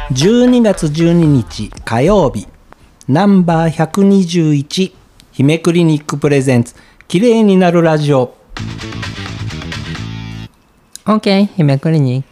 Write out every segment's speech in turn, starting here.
12月12日火曜日、ナンバー121姫クリニックプレゼンツ綺麗になるラジオ。 OK 姫クリニック。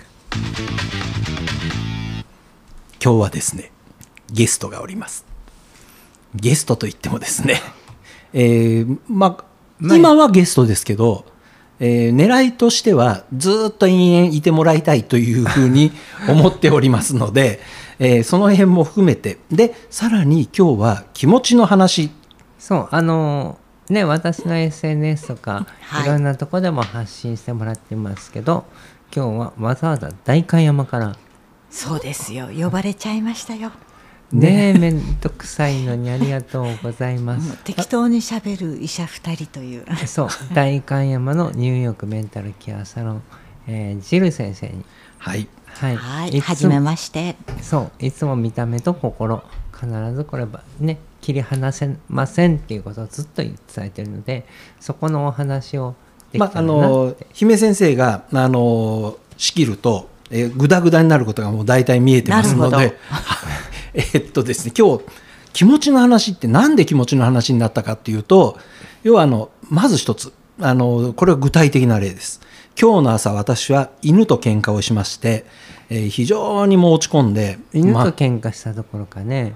今日はですね、ゲストがおります。ゲストといってもですね、今はゲストですけど、狙いとしてはずっと延々いてもらいたいというふうに思っておりますので、その辺も含めて、でさらに今日は気持ちの話。 そう私の SNS とか、いろんなとこでも発信してもらってますけど、今日はわざわざ代官山から。 そうですよ、呼ばれちゃいましたよ。 ねえ、めんどくさいのにありがとうございます。 適当にしゃべる医者2人というそう代官山のニューヨークメンタルケアサロン、ジル先生に、 はいはじめまして。 そういつも見た目と心必ずこれはね切り離せませんっていうことをずっと伝えているので、そこのお話をできたらなって。 姫先生が仕切ると、グダグダになることがもう大体見えてますのでですね、今日気持ちの話ってなんで気持ちの話になったかっていうと、要はまず一つこれは具体的な例です。今日の朝私は犬と喧嘩をしまして、非常にもう落ち込んで、 犬と喧嘩したところかね、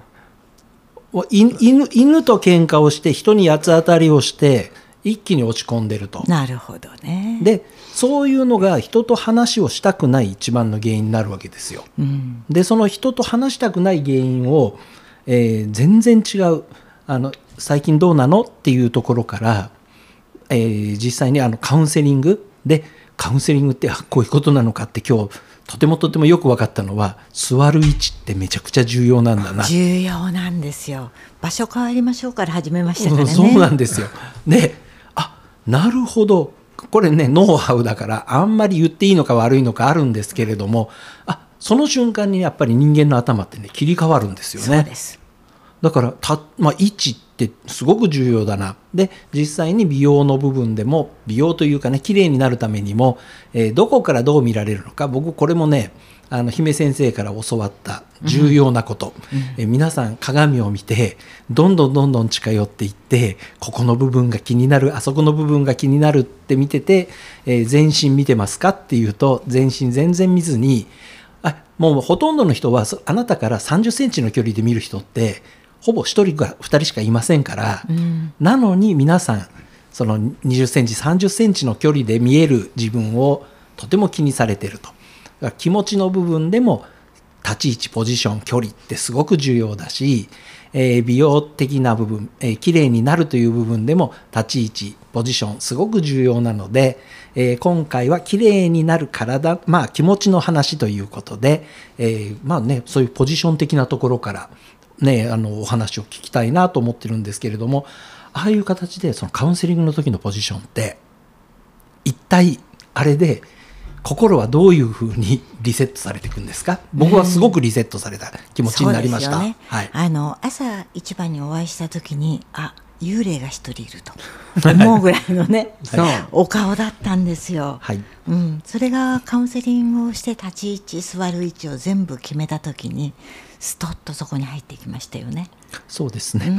犬と喧嘩をして人に八つ当たりをして一気に落ち込んでると。 なるほどね。 でそういうのが人と話をしたくない一番の原因になるわけですよ、でその人と話したくない原因を、全然違う最近どうなのっていうところから、実際にカウンセリングで、カウンセリングってこういうことなのかって今日とてもよく分かったのは、座る位置ってめちゃくちゃ重要なんだな。 重要なんですよ。場所変わりましょうから始めましたからね。 そうなんですよ。で、なるほど、これねノウハウだからあんまり言っていいのか悪いのかあるんですけれども、その瞬間にやっぱり人間の頭ってね切り替わるんですよね。 そうです。 だから位置ってすごく重要だな。で実際に美容の部分でも、美容というかね綺麗になるためにも、どこからどう見られるのか、僕これもね姫先生から教わった重要なこと、皆さん鏡を見てどんどん近寄っていって、ここの部分が気になる、あそこの部分が気になるって見てて、全身見てますかっていうと全身全然見ずに、もうほとんどの人はあなたから30センチの距離で見る人ってほぼ1人か2人しかいませんから、なのに皆さんその20センチ30センチの距離で見える自分をとても気にされていると。気持ちの部分でも立ち位置、ポジション、距離ってすごく重要だし、美容的な部分、綺麗になるという部分でも立ち位置、ポジションすごく重要なので、今回は綺麗になる体、気持ちの話ということで、そういうポジション的なところから、お話を聞きたいなと思ってるんですけれども、ああいう形でそのカウンセリングの時のポジションって一体あれで心はどういうふうにリセットされていくんですか？僕はすごくリセットされた気持ちになりました。 そうですよね。朝一番にお会いした時に幽霊が一人いると思うぐらいのねお顔だったんですよ、それがカウンセリングをして立ち位置、座る位置を全部決めた時にストッとそこに入ってきましたよね。 そうですね、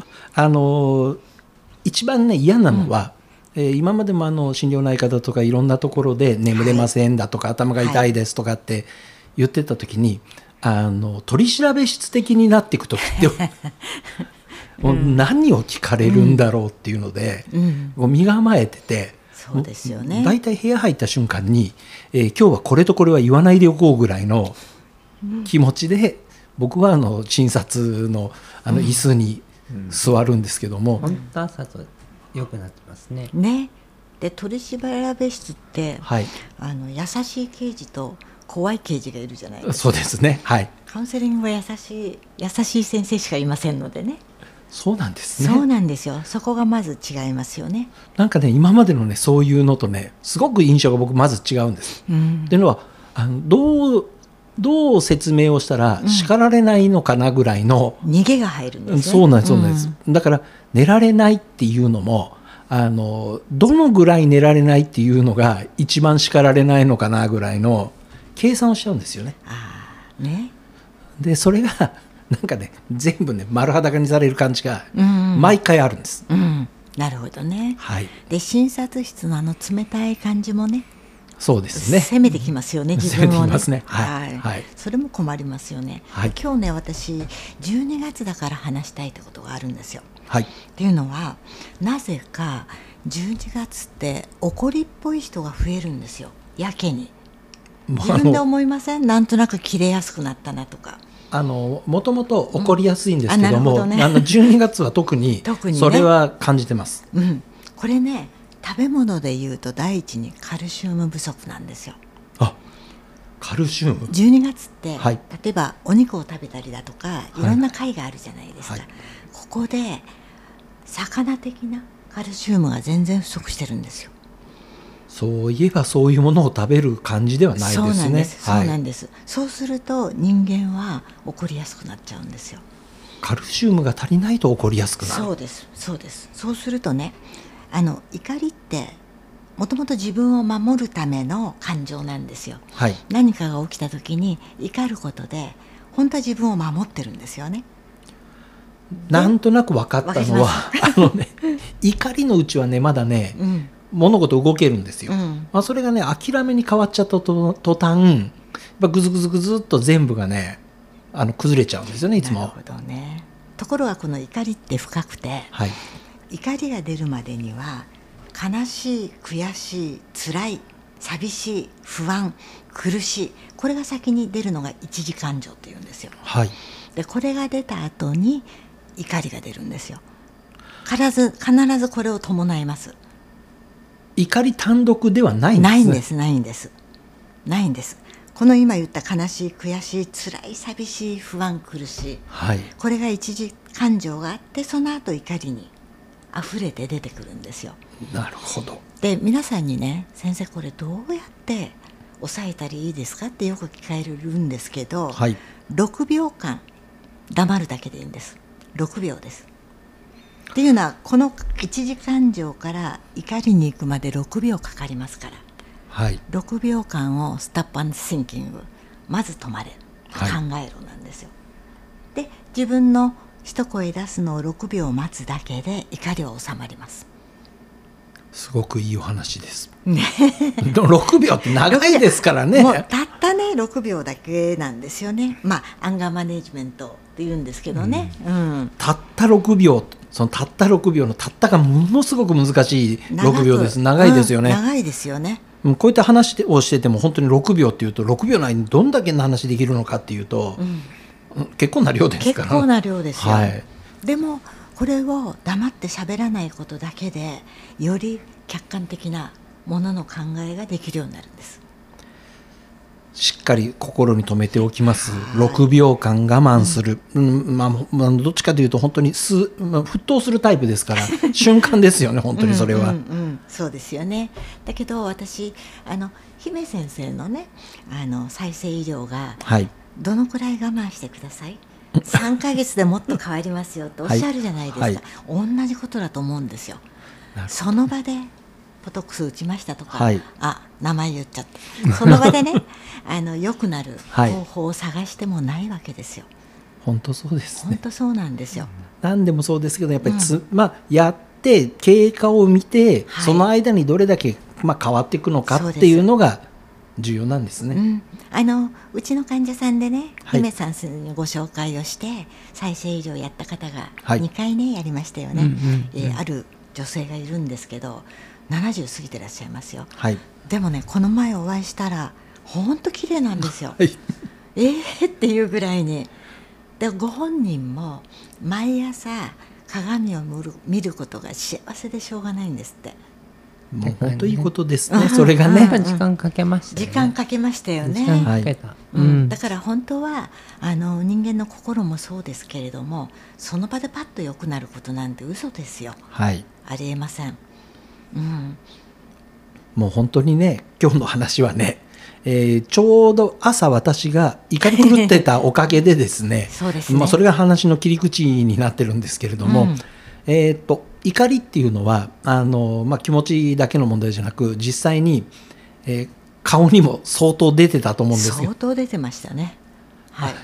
一番ね嫌なのは、今までも心療内科だとかいろんなところで眠れませんだとか、頭が痛いですとかって言ってた時に、取り調べ室的になっていく時ってもう何を聞かれるんだろうっていうので、身構えてて、 そうですよね。 だいたい部屋入った瞬間に、今日はこれとこれは言わないでおこうぐらいの気持ちで、僕は診察の椅子に座るんですけども、 本当朝と良くなってますね。 で取り調べ室って、優しい刑事と怖い刑事がいるじゃないですか。 そうですね、 カウンセリングは優しい先生しかいませんのでね。 そうなんですね。 そうなんですよ。そこがまず違いますよね。 なんかね、今までのねそういうのとねすごく印象が僕まず違うんです、っていうのはどう説明をしたら叱られないのかなぐらいの、 逃げが入るんですね。 そうなんです、だから寝られないっていうのもどのぐらい寝られないっていうのが一番叱られないのかなぐらいの計算をしちゃうんですよね。 でそれがなんかね全部ね丸裸にされる感じが毎回あるんです、 なるほどね、 はい、 で診察室の冷たい感じもね、 そうですね、 攻めてきますよね、自分をね、 はいはい、 それも困りますよね、 はい、 今日ね私12月だから話したいってことがあるんですよ、 はい、 っていうのはなぜか12月って怒りっぽい人が増えるんですよ、やけに。自分で思いません？なんとなく切れやすくなったなとか。 もともと起こりやすいんですけども、12月は特にそれは感じてます、 これね食べ物でいうと第一にカルシウム不足なんですよ。 あ、カルシウム。 12月って、 はい、 例えばお肉を食べたりだとかいろんな貝があるじゃないですか、ここで魚的なカルシウムが全然不足してるんですよ。 そういえばそういうものを食べる感じではないですね。 そうなんです、そうなんです、そうすると人間は怒りやすくなっちゃうんですよ。 カルシウムが足りないと怒りやすくなる。 そうです、そうです。そうするとね、怒りってもともと自分を守るための感情なんですよ、はい、何かが起きた時に怒ることで本当は自分を守ってるんですよね。 なんとなく分かったのは怒りのうちはねまだね、物事動けるんですよ、それがね諦めに変わっちゃった途端ぐずぐずぐずっと全部がね崩れちゃうんですよね、いつも。 なるほどね。ところがこの怒りって深くて、はい、怒りが出るまでには悲しい、悔しい、辛い、寂しい、不安、苦しい、これが先に出るのが一次感情っていうんですよ、はい、でこれが出た後に怒りが出るんですよ。必ずこれを伴います。 怒り単独ではないんですね。 ないんです、ないんです、ないんです。この今言った悲しい、悔しい、辛い、寂しい、不安、苦しい、はい、これが一次感情があって、その後怒りに溢れて出てくるんですよ。 なるほど。 で皆さんにね、先生これどうやって抑えたらいいですかってよく聞かれるんですけど、はい、6秒間黙るだけでいいんです。6秒です。っていうのはこの一次感情から怒りに行くまで6秒かかりますから、はい、6秒間をスタップ&シンキング、まず止まれ、考えろなんですよ、はい、で自分の一声出すのを6秒待つだけで怒りは収まります。 すごくいいお話です、ね、6秒って長いですからね。 もうたったね6秒だけなんですよね。アンガーマネジメントって言うんですけどね、 たった6秒、そのたった6秒のたったがものすごく難しい6秒です。長いですよね、 長いですよね。 こういった話をしてても本当に6秒っていうと6秒内にどんだけの話できるのかっていうと、結構な量ですから。 結構な量ですよ、はい、でもこれを黙って喋らないことだけでより客観的なものの考えができるようになるんです。 しっかり心に留めておきます。6秒間我慢する、どっちかというと本当に沸騰するタイプですから瞬間ですよね本当にそれは。 そうですよね。だけど私姫先生のね再生医療が、はい、どのくらい我慢してください3ヶ月でもっと変わりますよっておっしゃるじゃないですか、はいはい、同じことだと思うんですよ。その場でボトックス打ちましたとか、はい、名前言っちゃったその場でね良くなる方法を探してもないわけですよ。 本当そうですね。 本当そうなんですよ。 何でもそうですけどやっぱりやって経過を見て、はい、その間にどれだけ変わっていくのかっていうのが重要なんですね。 うちの患者さんでね、はい、姫さんにご紹介をして再生医療やった方が2回ね、やりましたよね、ある女性がいるんですけど70過ぎてらっしゃいますよ、はい、でもねこの前お会いしたら本当綺麗なんですよ、はい、っていうぐらいに。でご本人も毎朝鏡を見ることが幸せでしょうがないんですって。 もう本当いいことですね、それがね。 時間かけましたよね。 時間かけましたよね。だから本当は人間の心もそうですけれどもその場でパッと良くなることなんて嘘ですよ、はい、ありえません、 もう本当にね今日の話はね、ちょうど朝私が怒り狂ってたおかげでですねそうですね、 それが話の切り口になってるんですけれども、怒りっていうのは気持ちだけの問題じゃなく実際に、顔にも相当出てたと思うんですよ。 相当出てましたね、はい、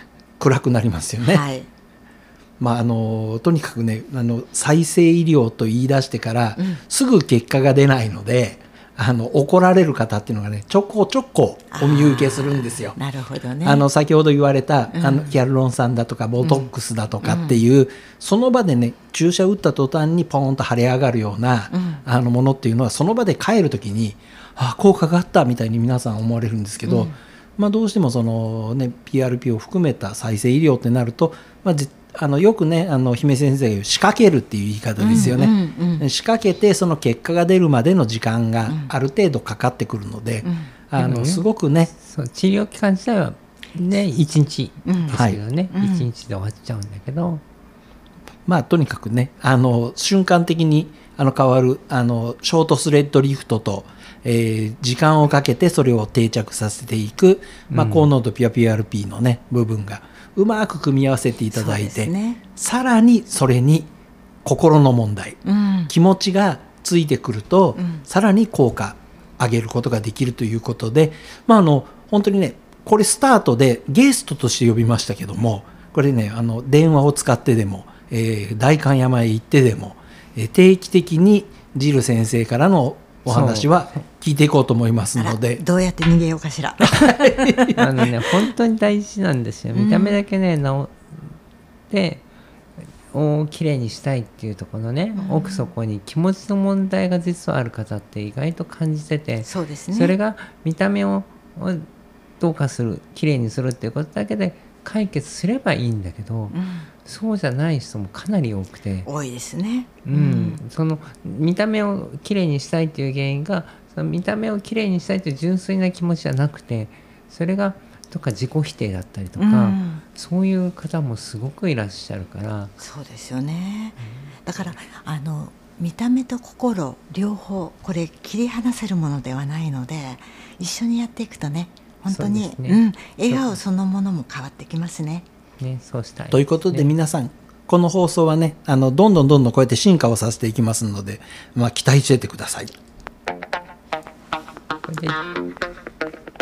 暗くなりますよね。 はい、 とにかくね再生医療と言い出してから、すぐ結果が出ないので怒られる方っていうのがねちょこちょこお見受けするんですよ。 なるほどね。 先ほど言われたヒアルロン酸だとかボトックスだとかっていう、その場でね注射打った途端にポーンと腫れ上がるような、ものっていうのはその場で帰る時に効果があったみたいに皆さん思われるんですけど、どうしてもその、ね、PRP を含めた再生医療ってなると、よくね姫先生が言う仕掛けるっていう言い方ですよね、仕掛けてその結果が出るまでの時間がある程度かかってくるので、すごくねそう治療期間自体はね1日ですけどね、1日で終わっちゃうんだけど、 とにかくね瞬間的に変わるショートスレッドリフトと、時間をかけてそれを定着させていく、高濃度ピュア PRP のね部分がうまく組み合わせていただいて、さらにそれに心の問題、気持ちがついてくると、さらに効果上げることができるということで、本当にねこれスタートでゲストとして呼びましたけども、これね電話を使ってでも、代官山へ行ってでも、定期的にジル先生からのお話は聞いていこうと思いますので、 どうやって逃げようかしら本当に大事なんですよ。見た目だけね治ってきれいにしたいっていうところのね、奥底に気持ちの問題が実はある方って意外と感じてて、 そうですね、 それが見た目をどうかする、きれいにするっていうことだけで解決すればいいんだけど、そうじゃない人もかなり多くて、 多いですね、 その見た目をきれいにしたいという原因が、その見た目をきれいにしたいという純粋な気持ちじゃなくて、それがとか自己否定だったりとか、そういう方もすごくいらっしゃるから。 そうですよね、だから見た目と心両方これ切り離せるものではないので、一緒にやっていくとね本当に、笑顔そのものも変わってきますね。 そうしたいということで、皆さんこの放送はねどんどんこうやって進化をさせていきますので、期待しててください。 これで